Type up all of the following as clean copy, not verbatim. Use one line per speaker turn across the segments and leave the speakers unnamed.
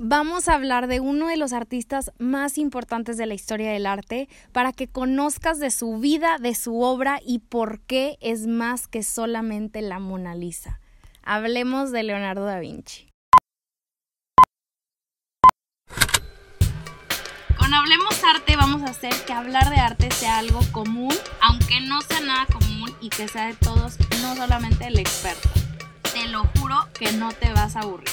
Vamos a hablar de uno de los artistas más importantes de la historia del arte para que conozcas de su vida, de su obra y por qué es más que solamente la Mona Lisa. Hablemos de Leonardo da Vinci. Con Hablemos Arte vamos a hacer que hablar de arte sea algo común, aunque no sea nada común y que sea de todos, no solamente el experto. Te lo juro que no te vas a aburrir.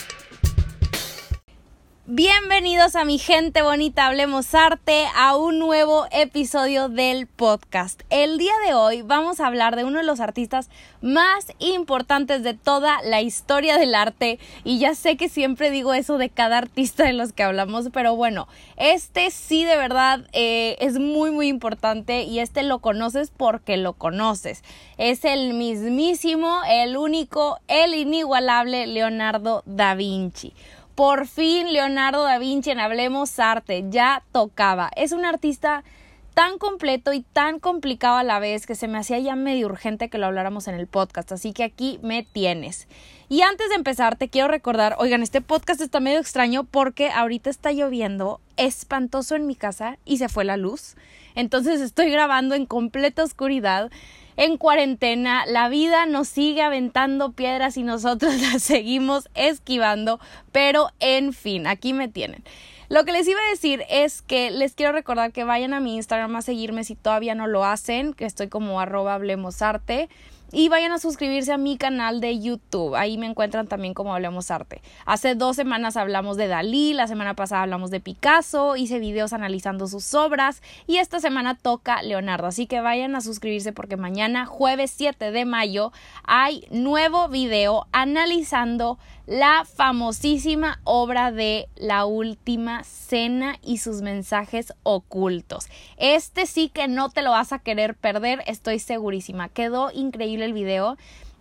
Bienvenidos a mi gente bonita, Hablemos Arte, a un nuevo episodio del podcast. El día de hoy vamos a hablar de uno de los artistas más importantes de toda la historia del arte. Y ya sé que siempre digo eso de cada artista de los que hablamos, pero bueno, este sí de verdad es muy importante y este lo conoces porque lo conoces. Es el mismísimo, el único, el inigualable Leonardo da Vinci. Por fin Leonardo da Vinci en Hablemos Arte, ya tocaba. Es un artista tan completo y tan complicado a la vez que se me hacía ya medio urgente que lo habláramos en el podcast, así que aquí me tienes. Y antes de empezar te quiero recordar, oigan, este podcast está medio extraño porque ahorita está lloviendo espantoso en mi casa y se fue la luz, entonces estoy grabando en completa oscuridad. En cuarentena, la vida nos sigue aventando piedras y nosotros las seguimos esquivando, pero en fin, aquí me tienen. Lo que les iba a decir es que les quiero recordar que vayan a mi Instagram a seguirme si todavía no lo hacen, que estoy como @hablemosarte. Y vayan a suscribirse a mi canal de YouTube. Ahí me encuentran también como Hablemos Arte. Hace 2 semanas hablamos de Dalí, la semana pasada hablamos de Picasso, hice videos analizando sus obras y esta semana toca Leonardo. Así que vayan a suscribirse porque mañana, jueves 7 de mayo, hay nuevo video analizando la famosísima obra de La Última Cena y sus mensajes ocultos. Este sí que no te lo vas a querer perder, estoy segurísima. Quedó increíble el video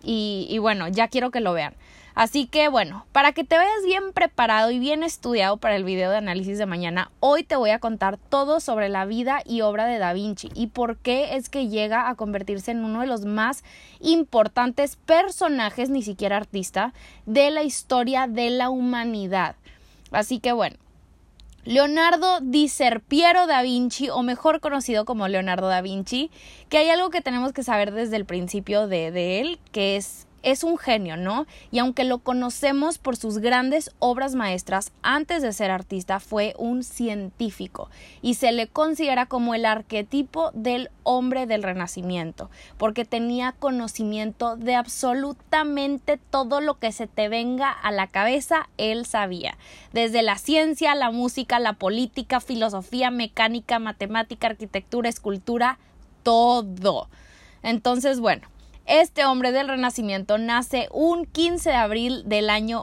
y bueno, ya quiero que lo vean. Así que bueno, para que te veas bien preparado y bien estudiado para el video de análisis de mañana, hoy te voy a contar todo sobre la vida y obra de Da Vinci y por qué es que llega a convertirse en uno de los más importantes personajes, ni siquiera artista, de la historia de la humanidad. Así que bueno, Leonardo di Serpiero da Vinci, o mejor conocido como Leonardo da Vinci, que hay algo que tenemos que saber desde el principio de él, que es un genio, ¿no? Y aunque lo conocemos por sus grandes obras maestras, antes de ser artista fue un científico y se le considera como el arquetipo del hombre del Renacimiento, porque tenía conocimiento de absolutamente todo lo que se te venga a la cabeza, él sabía. Desde la ciencia, la música, la política, filosofía, mecánica, matemática, arquitectura, escultura, todo. Entonces, bueno, este hombre del Renacimiento nace un 15 de abril del año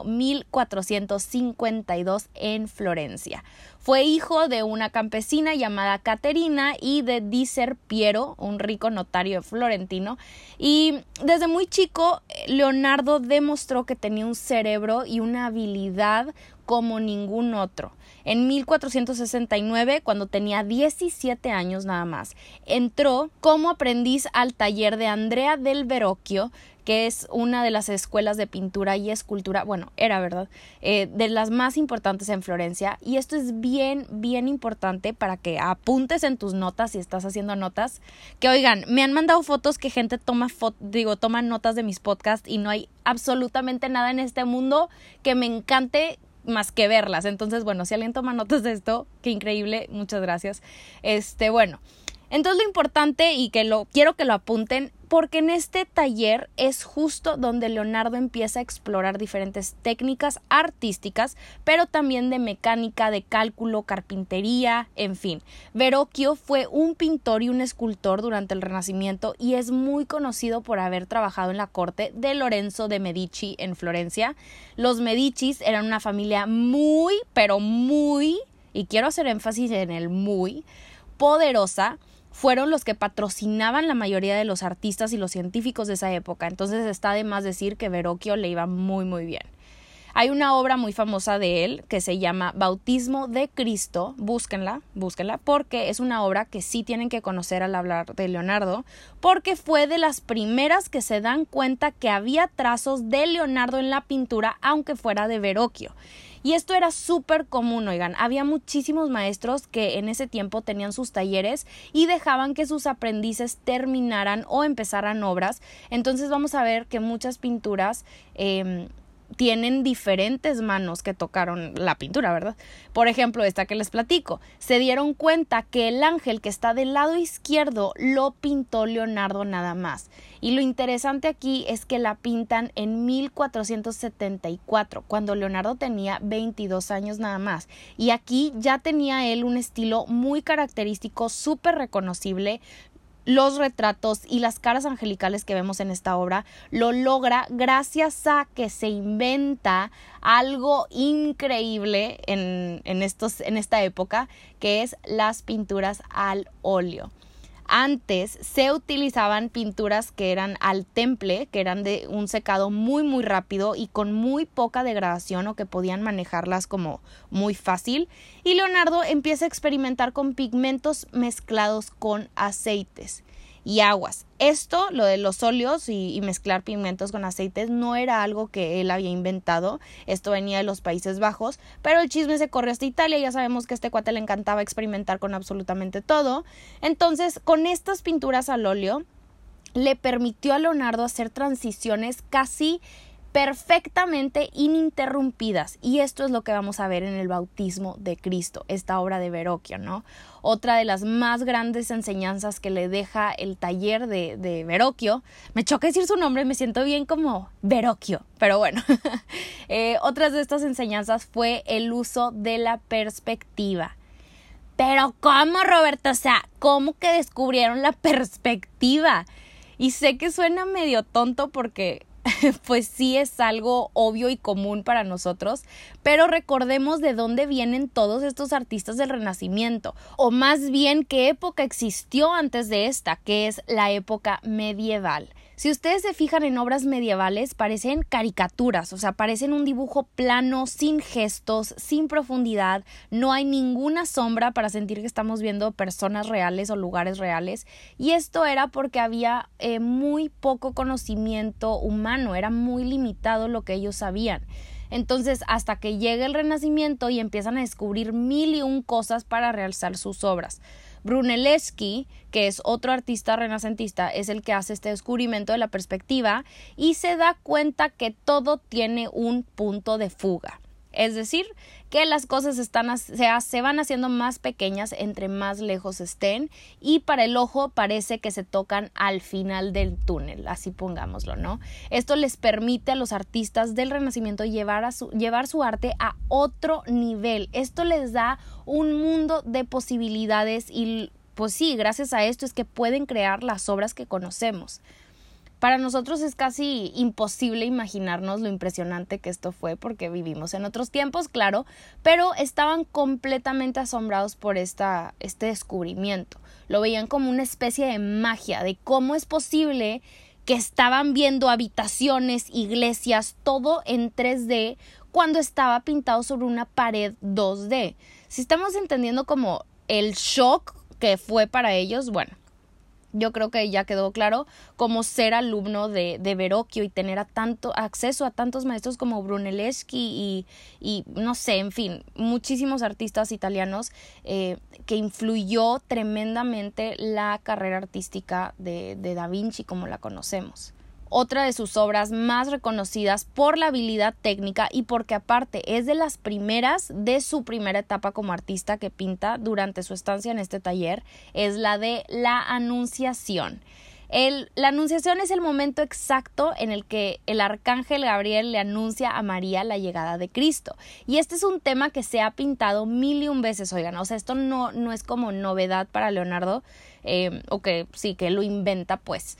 1452 en Florencia. Fue hijo de una campesina llamada Caterina y de Di Serpiero, un rico notario florentino. Y desde muy chico, Leonardo demostró que tenía un cerebro y una habilidad como ningún otro. En 1469, cuando tenía 17 años nada más, entró como aprendiz al taller de Andrea del Verrocchio, que es una de las escuelas de pintura y escultura, bueno, era verdad, de las más importantes en Florencia. Y esto es bien importante para que apuntes en tus notas si estás haciendo notas. Que oigan, me han mandado fotos que gente toma notas de mis podcasts y no hay absolutamente nada en este mundo que me encante más que verlas. Entonces, bueno, si alguien toma notas de esto, qué increíble, muchas gracias. Bueno, entonces lo importante y quiero que lo apunten, porque en este taller es justo donde Leonardo empieza a explorar diferentes técnicas artísticas, pero también de mecánica, de cálculo, carpintería, en fin. Verrocchio fue un pintor y un escultor durante el Renacimiento y es muy conocido por haber trabajado en la corte de Lorenzo de Medici en Florencia. Los Medicis eran una familia muy, pero muy, y quiero hacer énfasis en el muy, poderosa. Fueron los que patrocinaban la mayoría de los artistas y los científicos de esa época. Entonces está de más decir que Verrocchio le iba muy bien. Hay una obra muy famosa de él que se llama Bautismo de Cristo. Búsquenla, porque es una obra que sí tienen que conocer al hablar de Leonardo, porque fue de las primeras que se dan cuenta que había trazos de Leonardo en la pintura, aunque fuera de Verrocchio. Y esto era súper común, oigan, había muchísimos maestros que en ese tiempo tenían sus talleres y dejaban que sus aprendices terminaran o empezaran obras. Entonces vamos a ver que muchas pinturas tienen diferentes manos que tocaron la pintura, ¿verdad? Por ejemplo, esta que les platico. Se dieron cuenta que el ángel que está del lado izquierdo lo pintó Leonardo nada más. Y lo interesante aquí es que la pintan en 1474, cuando Leonardo tenía 22 años nada más. Y aquí ya tenía él un estilo muy característico, súper reconocible. Los retratos y las caras angelicales que vemos en esta obra lo logra gracias a que se inventa algo increíble en esta época, que es las pinturas al óleo. Antes se utilizaban pinturas que eran al temple, que eran de un secado muy muy rápido y con muy poca degradación, o que podían manejarlas como muy fácil, y Leonardo empieza a experimentar con pigmentos mezclados con aceites y aguas. Esto, lo de los óleos y mezclar pigmentos con aceites, no era algo que él había inventado. Esto venía de los Países Bajos, pero el chisme se corrió hasta Italia. Ya sabemos que a este cuate le encantaba experimentar con absolutamente todo. Entonces, con estas pinturas al óleo, le permitió a Leonardo hacer transiciones casi perfectamente ininterrumpidas, y esto es lo que vamos a ver en el Bautismo de Cristo, esta obra de Verrocchio, ¿no? Otra de las más grandes enseñanzas que le deja el taller de Verrocchio. Me choca decir su nombre, me siento bien como Verrocchio, pero bueno. Otras de estas enseñanzas fue el uso de la perspectiva. Pero ¿cómo, Roberto? O sea, ¿cómo que descubrieron la perspectiva? Y sé que suena medio tonto porque pues sí es algo obvio y común para nosotros, pero recordemos de dónde vienen todos estos artistas del Renacimiento, o más bien qué época existió antes de esta, que es la época medieval. Si ustedes se fijan en obras medievales, parecen caricaturas, o sea, parecen un dibujo plano, sin gestos, sin profundidad, no hay ninguna sombra para sentir que estamos viendo personas reales o lugares reales, y esto era porque había muy poco conocimiento humano, era muy limitado lo que ellos sabían. Entonces, hasta que llega el Renacimiento y empiezan a descubrir 1001 cosas para realzar sus obras. Brunelleschi, que es otro artista renacentista, es el que hace este descubrimiento de la perspectiva y se da cuenta que todo tiene un punto de fuga. Es decir, que las cosas se van haciendo más pequeñas entre más lejos estén, y para el ojo parece que se tocan al final del túnel, así pongámoslo, ¿no? Esto les permite a los artistas del Renacimiento llevar su arte a otro nivel. Esto les da un mundo de posibilidades y pues sí, gracias a esto es que pueden crear las obras que conocemos. Para nosotros es casi imposible imaginarnos lo impresionante que esto fue, porque vivimos en otros tiempos, claro, pero estaban completamente asombrados por este descubrimiento. Lo veían como una especie de magia, de cómo es posible que estaban viendo habitaciones, iglesias, todo en 3D cuando estaba pintado sobre una pared 2D. Si estamos entendiendo como el shock que fue para ellos, bueno, yo creo que ya quedó claro cómo ser alumno de Verrocchio y tener acceso a tantos maestros como Brunelleschi y no sé, en fin, muchísimos artistas italianos que influyó tremendamente la carrera artística de Da Vinci como la conocemos. Otra de sus obras más reconocidas por la habilidad técnica y porque aparte es de las primeras de su primera etapa como artista que pinta durante su estancia en este taller, es la de la Anunciación. La Anunciación es el momento exacto en el que el arcángel Gabriel le anuncia a María la llegada de Cristo. Y este es un tema que se ha pintado 1001 veces, oigan. O sea, esto no es como novedad para Leonardo, o que sí, que lo inventa pues.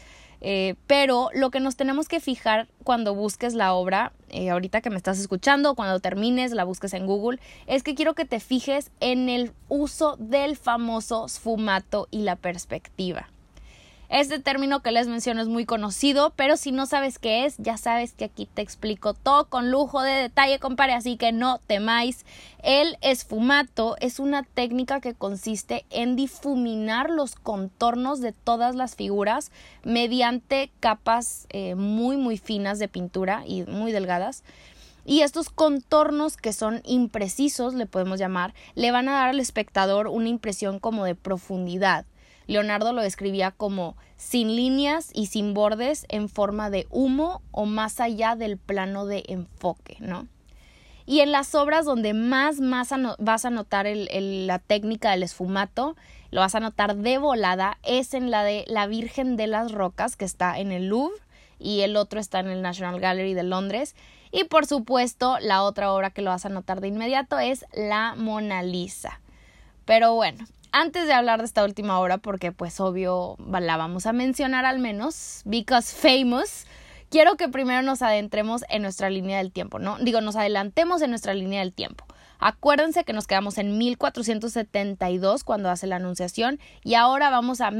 Pero lo que nos tenemos que fijar cuando busques la obra, ahorita que me estás escuchando, cuando termines, la busques en Google, es que quiero que te fijes en el uso del famoso sfumato y la perspectiva. Este término que les menciono es muy conocido, pero si no sabes qué es, ya sabes que aquí te explico todo con lujo de detalle, compadre, así que no temáis. El sfumato es una técnica que consiste en difuminar los contornos de todas las figuras mediante capas muy muy finas de pintura y muy delgadas. Y estos contornos que son imprecisos, le podemos llamar, le van a dar al espectador una impresión como de profundidad. Leonardo lo describía como sin líneas y sin bordes en forma de humo o más allá del plano de enfoque, ¿no? Y en las obras donde más vas a notar la técnica del esfumato, lo vas a notar de volada, es en la de La Virgen de las Rocas, que está en el Louvre, y el otro está en el National Gallery de Londres. Y por supuesto, la otra obra que lo vas a notar de inmediato es la Mona Lisa. Pero bueno, antes de hablar de esta última obra, porque pues obvio la vamos a mencionar al menos, because famous, quiero que primero nos adentremos en nuestra línea del tiempo, ¿no? Nos adelantemos en nuestra línea del tiempo. Acuérdense que nos quedamos en 1472 cuando hace la Anunciación y ahora vamos a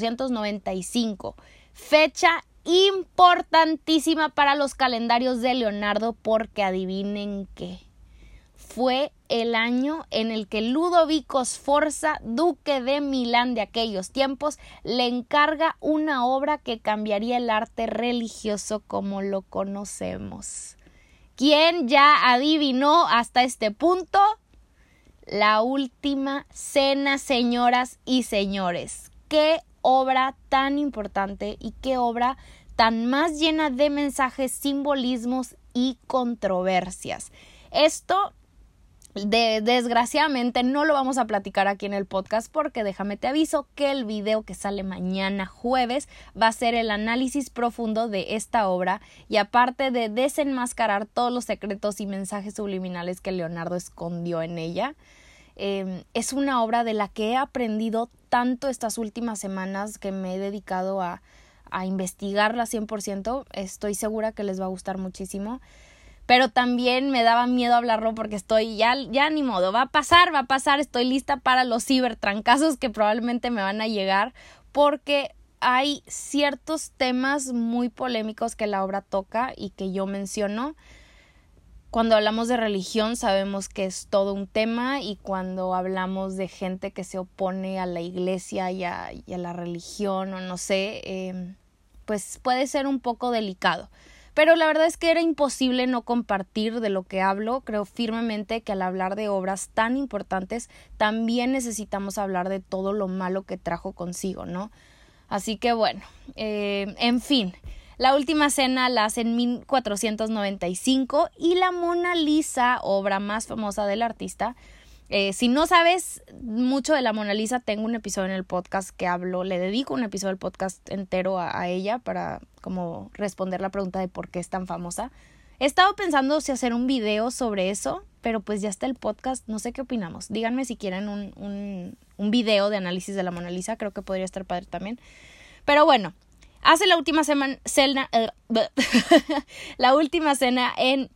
1495. Fecha importantísima para los calendarios de Leonardo porque adivinen qué. Fue el año en el que Ludovico Sforza, duque de Milán de aquellos tiempos, le encarga una obra que cambiaría el arte religioso como lo conocemos. ¿Quién ya adivinó hasta este punto? La Última Cena, señoras y señores. ¡Qué obra tan importante y qué obra tan más llena de mensajes, simbolismos y controversias! Esto desgraciadamente no lo vamos a platicar aquí en el podcast porque déjame te aviso que el video que sale mañana jueves va a ser el análisis profundo de esta obra y aparte de desenmascarar todos los secretos y mensajes subliminales que Leonardo escondió en ella. Es una obra de la que he aprendido tanto estas últimas semanas que me he dedicado a investigarla 100%. Estoy segura que les va a gustar muchísimo. Pero también me daba miedo hablarlo porque estoy ya ni modo, va a pasar, estoy lista para los cibertrancazos que probablemente me van a llegar porque hay ciertos temas muy polémicos que la obra toca y que yo menciono. Cuando hablamos de religión sabemos que es todo un tema y cuando hablamos de gente que se opone a la iglesia y a la religión o no sé, pues puede ser un poco delicado. Pero la verdad es que era imposible no compartir de lo que hablo. Creo firmemente que al hablar de obras tan importantes también necesitamos hablar de todo lo malo que trajo consigo, ¿no? Así que bueno, en fin, La Última Cena la hace en 1495 y la Mona Lisa, obra más famosa del artista. Si no sabes mucho de la Mona Lisa, tengo un episodio en el podcast que le dedico un episodio del podcast entero a ella para como responder la pregunta de por qué es tan famosa. He estado pensando si hacer un video sobre eso, pero pues ya está el podcast, no sé qué opinamos. Díganme si quieren un video de análisis de la Mona Lisa, creo que podría estar padre también. Pero bueno, hace La Última Cena en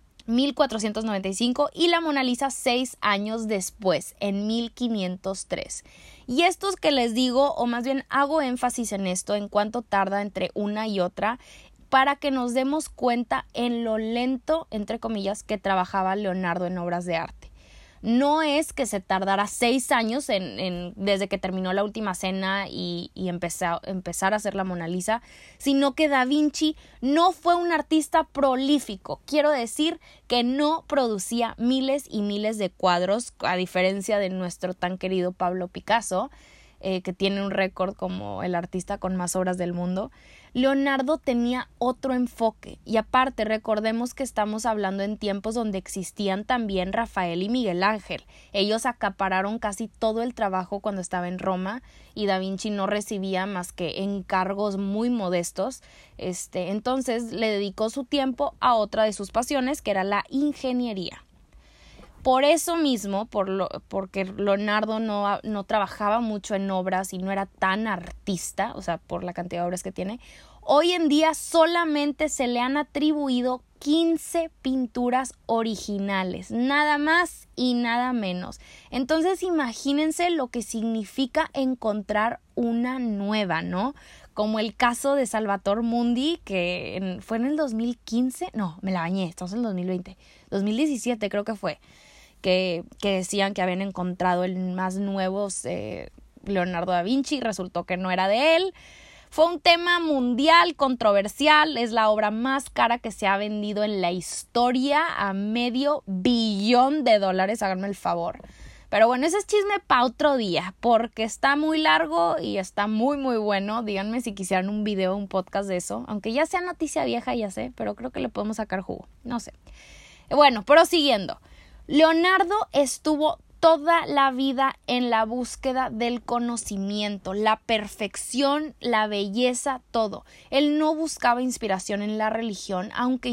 1495 y la Mona Lisa 6 años después, en 1503. Y estos que les digo, o más bien hago énfasis en esto, en cuánto tarda entre una y otra, para que nos demos cuenta en lo lento, entre comillas, que trabajaba Leonardo en obras de arte. No es que se tardara 6 años desde que terminó La Última Cena y empezar a hacer la Mona Lisa, sino que Da Vinci no fue un artista prolífico. Quiero decir que no producía miles y miles de cuadros, a diferencia de nuestro tan querido Pablo Picasso, que tiene un récord como el artista con más obras del mundo. Leonardo tenía otro enfoque y aparte recordemos que estamos hablando en tiempos donde existían también Rafael y Miguel Ángel. Ellos acapararon casi todo el trabajo cuando estaba en Roma y Da Vinci no recibía más que encargos muy modestos. Entonces le dedicó su tiempo a otra de sus pasiones, que era la ingeniería. Por eso mismo, porque Leonardo no trabajaba mucho en obras y no era tan artista, o sea, por la cantidad de obras que tiene, hoy en día solamente se le han atribuido 15 pinturas originales, nada más y nada menos. Entonces imagínense lo que significa encontrar una nueva, ¿no? Como el caso de Salvator Mundi, que fue en el 2015, no, me la bañé, estamos en el 2020, 2017 creo que fue. Que decían que habían encontrado el más nuevo Leonardo da Vinci y resultó que no era de él. Fue un tema mundial, controversial, es la obra más cara que se ha vendido en la historia a $500 millones, háganme el favor. Pero bueno, ese es chisme para otro día, porque está muy largo y está muy muy bueno. Díganme si quisieran un video, un podcast de eso, aunque ya sea noticia vieja, ya sé, pero creo que le podemos sacar jugo, no sé. Bueno, prosiguiendo. Leonardo estuvo toda la vida en la búsqueda del conocimiento, la perfección, la belleza, todo. Él no buscaba inspiración en la religión, aunque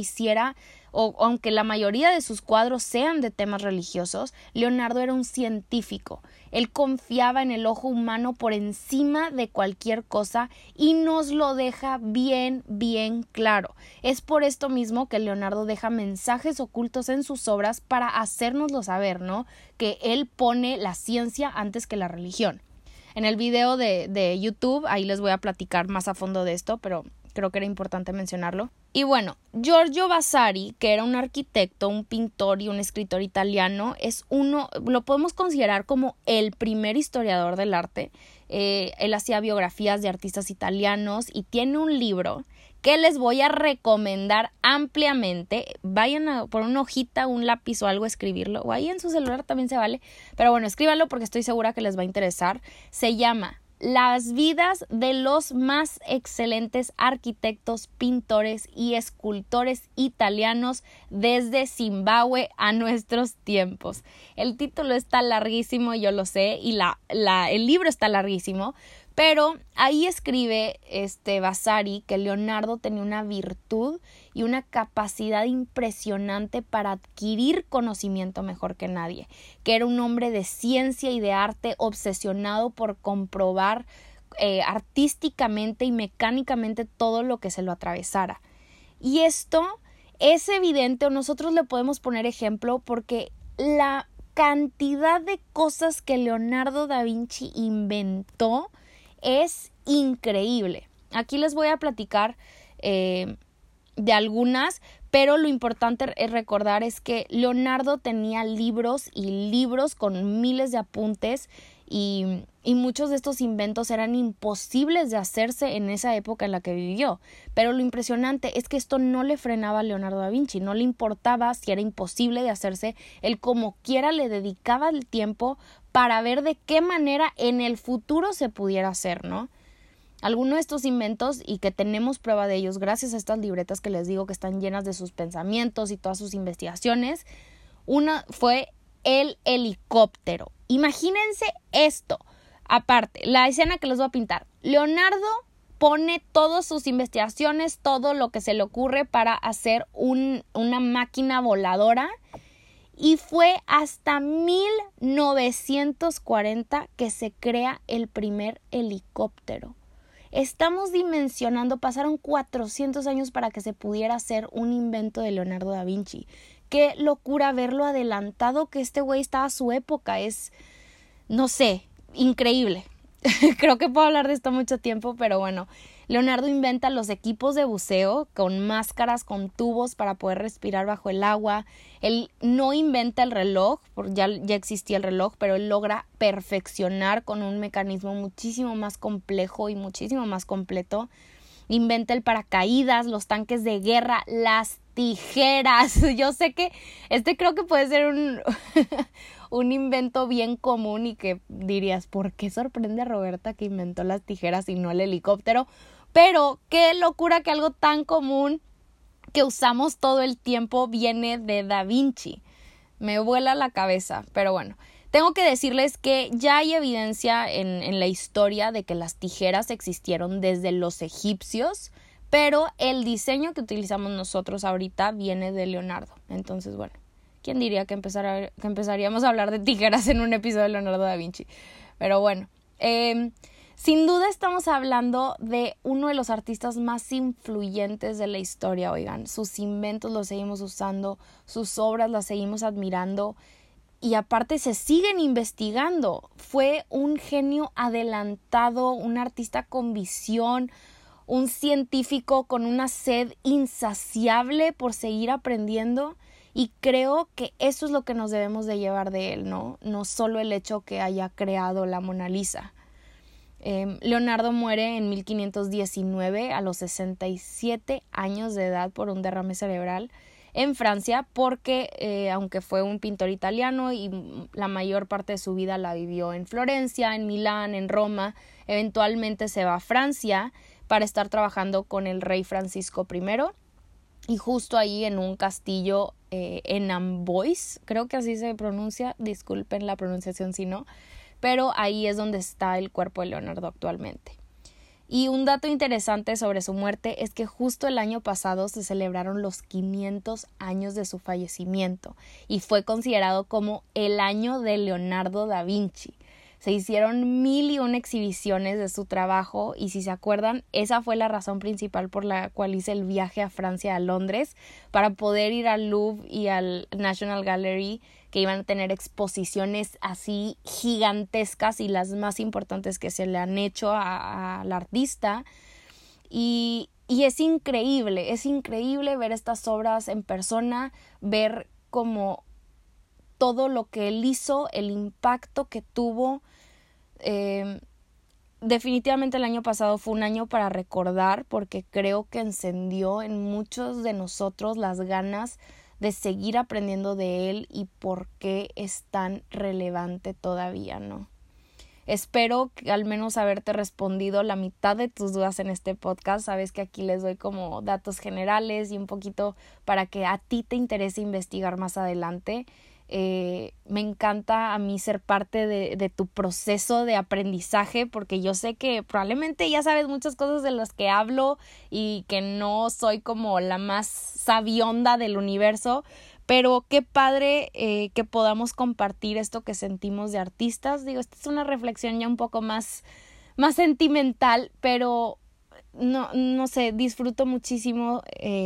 la mayoría de sus cuadros sean de temas religiosos. Leonardo era un científico. Él confiaba en el ojo humano por encima de cualquier cosa y nos lo deja bien, bien claro. Es por esto mismo que Leonardo deja mensajes ocultos en sus obras para hacérnoslo saber, ¿no? Que él pone la ciencia antes que la religión. En el video de YouTube, ahí les voy a platicar más a fondo de esto, pero creo que era importante mencionarlo. Y bueno, Giorgio Vasari, que era un arquitecto, un pintor y un escritor italiano, lo podemos considerar como el primer historiador del arte. Él hacía biografías de artistas italianos y tiene un libro que les voy a recomendar ampliamente. Vayan por una hojita, un lápiz o algo a escribirlo, o ahí en su celular también se vale, pero bueno, escríbanlo porque estoy segura que les va a interesar. Se llama Las vidas de los más excelentes arquitectos, pintores y escultores italianos desde Zimbabue a nuestros tiempos. El título está larguísimo, yo lo sé, y el libro está larguísimo, pero ahí escribe Vasari que Leonardo tenía una virtud y una capacidad impresionante para adquirir conocimiento mejor que nadie, que era un hombre de ciencia y de arte obsesionado por comprobar artísticamente y mecánicamente todo lo que se lo atravesara. Y esto es evidente, o nosotros le podemos poner ejemplo, porque la cantidad de cosas que Leonardo da Vinci inventó es increíble. Aquí les voy a platicar de algunas, pero lo importante es recordar es que Leonardo tenía libros y libros con miles de apuntes y muchos de estos inventos eran imposibles de hacerse en esa época en la que vivió. Pero lo impresionante es que esto no le frenaba a Leonardo da Vinci, no le importaba si era imposible de hacerse, él como quiera le dedicaba el tiempo para ver de qué manera en el futuro se pudiera hacer, ¿no? Algunos de estos inventos, y que tenemos prueba de ellos gracias a estas libretas que les digo que están llenas de sus pensamientos y todas sus investigaciones, una fue el helicóptero. Imagínense esto. Aparte, la escena que les voy a pintar. Leonardo pone todas sus investigaciones, todo lo que se le ocurre para hacer una máquina voladora, y fue hasta 1940 que se crea el primer helicóptero. Estamos dimensionando, pasaron 400 años para que se pudiera hacer un invento de Leonardo da Vinci. Qué locura verlo adelantado, que este güey estaba a su época, es, no sé, increíble. Creo que puedo hablar de esto mucho tiempo, pero bueno, Leonardo inventa los equipos de buceo con máscaras, con tubos para poder respirar bajo el agua. Él no inventa el reloj, porque ya existía el reloj, pero él logra perfeccionar con un mecanismo muchísimo más complejo y muchísimo más completo. Inventa el paracaídas, los tanques de guerra, las tijeras. Yo sé que creo que puede ser un invento bien común y que dirías, ¿por qué sorprende a Roberta que inventó las tijeras y no el helicóptero? Pero qué locura que algo tan común que usamos todo el tiempo viene de Da Vinci. Me vuela la cabeza, pero bueno. Tengo que decirles que ya hay evidencia en la historia de que las tijeras existieron desde los egipcios, pero el diseño que utilizamos nosotros ahorita viene de Leonardo. Entonces, bueno, ¿quién diría que empezaríamos a hablar de tijeras en un episodio de Leonardo da Vinci? Pero bueno, sin duda estamos hablando de uno de los artistas más influyentes de la historia, oigan. Sus inventos los seguimos usando, sus obras las seguimos admirando. Y aparte se siguen investigando. Fue un genio adelantado, un artista con visión, un científico con una sed insaciable por seguir aprendiendo. Y creo que eso es lo que nos debemos de llevar de él, ¿no? No solo el hecho que haya creado la Mona Lisa. Leonardo muere en 1519 a los 67 años de edad por un derrame cerebral en Francia porque aunque fue un pintor italiano y la mayor parte de su vida la vivió en Florencia, en Milán, en Roma, eventualmente se va a Francia para estar trabajando con el rey Francisco I y justo ahí en un castillo en Amboise, creo que así se pronuncia, disculpen la pronunciación si no, pero ahí es donde está el cuerpo de Leonardo actualmente. Y un dato interesante sobre su muerte es que justo el año pasado se celebraron los 500 años de su fallecimiento y fue considerado como el año de Leonardo da Vinci. Se hicieron 1001 exhibiciones de su trabajo y si se acuerdan, esa fue la razón principal por la cual hice el viaje a Francia, a Londres, para poder ir al Louvre y al National Gallery, que iban a tener exposiciones así gigantescas y las más importantes que se le han hecho al artista. Y es increíble ver estas obras en persona, ver como todo lo que él hizo, el impacto que tuvo. Definitivamente el año pasado fue un año para recordar porque creo que encendió en muchos de nosotros las ganas de seguir aprendiendo de él y por qué es tan relevante todavía, ¿no? Espero que al menos haberte respondido la mitad de tus dudas en este podcast. Sabes que aquí les doy como datos generales y un poquito para que a ti te interese investigar más adelante. Me encanta a mí ser parte de tu proceso de aprendizaje porque yo sé que probablemente ya sabes muchas cosas de las que hablo y que no soy como la más sabionda del universo, pero qué padre que podamos compartir esto que sentimos de artistas. Digo, esta es una reflexión ya un poco más sentimental, pero no sé, disfruto muchísimo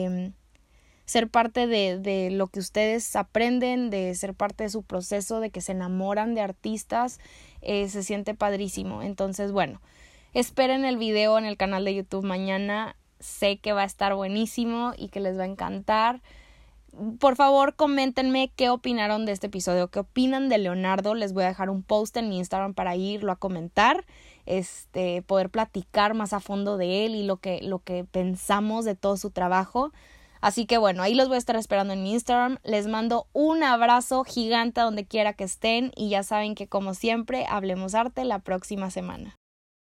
ser parte de lo que ustedes aprenden, de ser parte de su proceso, de que se enamoran de artistas, se siente padrísimo. Entonces, bueno, esperen el video en el canal de YouTube mañana, sé que va a estar buenísimo y que les va a encantar. Por favor, coméntenme qué opinaron de este episodio, qué opinan de Leonardo. Les voy a dejar un post en mi Instagram para irlo a comentar, poder platicar más a fondo de él y lo que pensamos de todo su trabajo. Así que bueno, ahí los voy a estar esperando en mi Instagram. Les mando un abrazo gigante a donde quiera que estén y ya saben que como siempre, hablemos arte la próxima semana.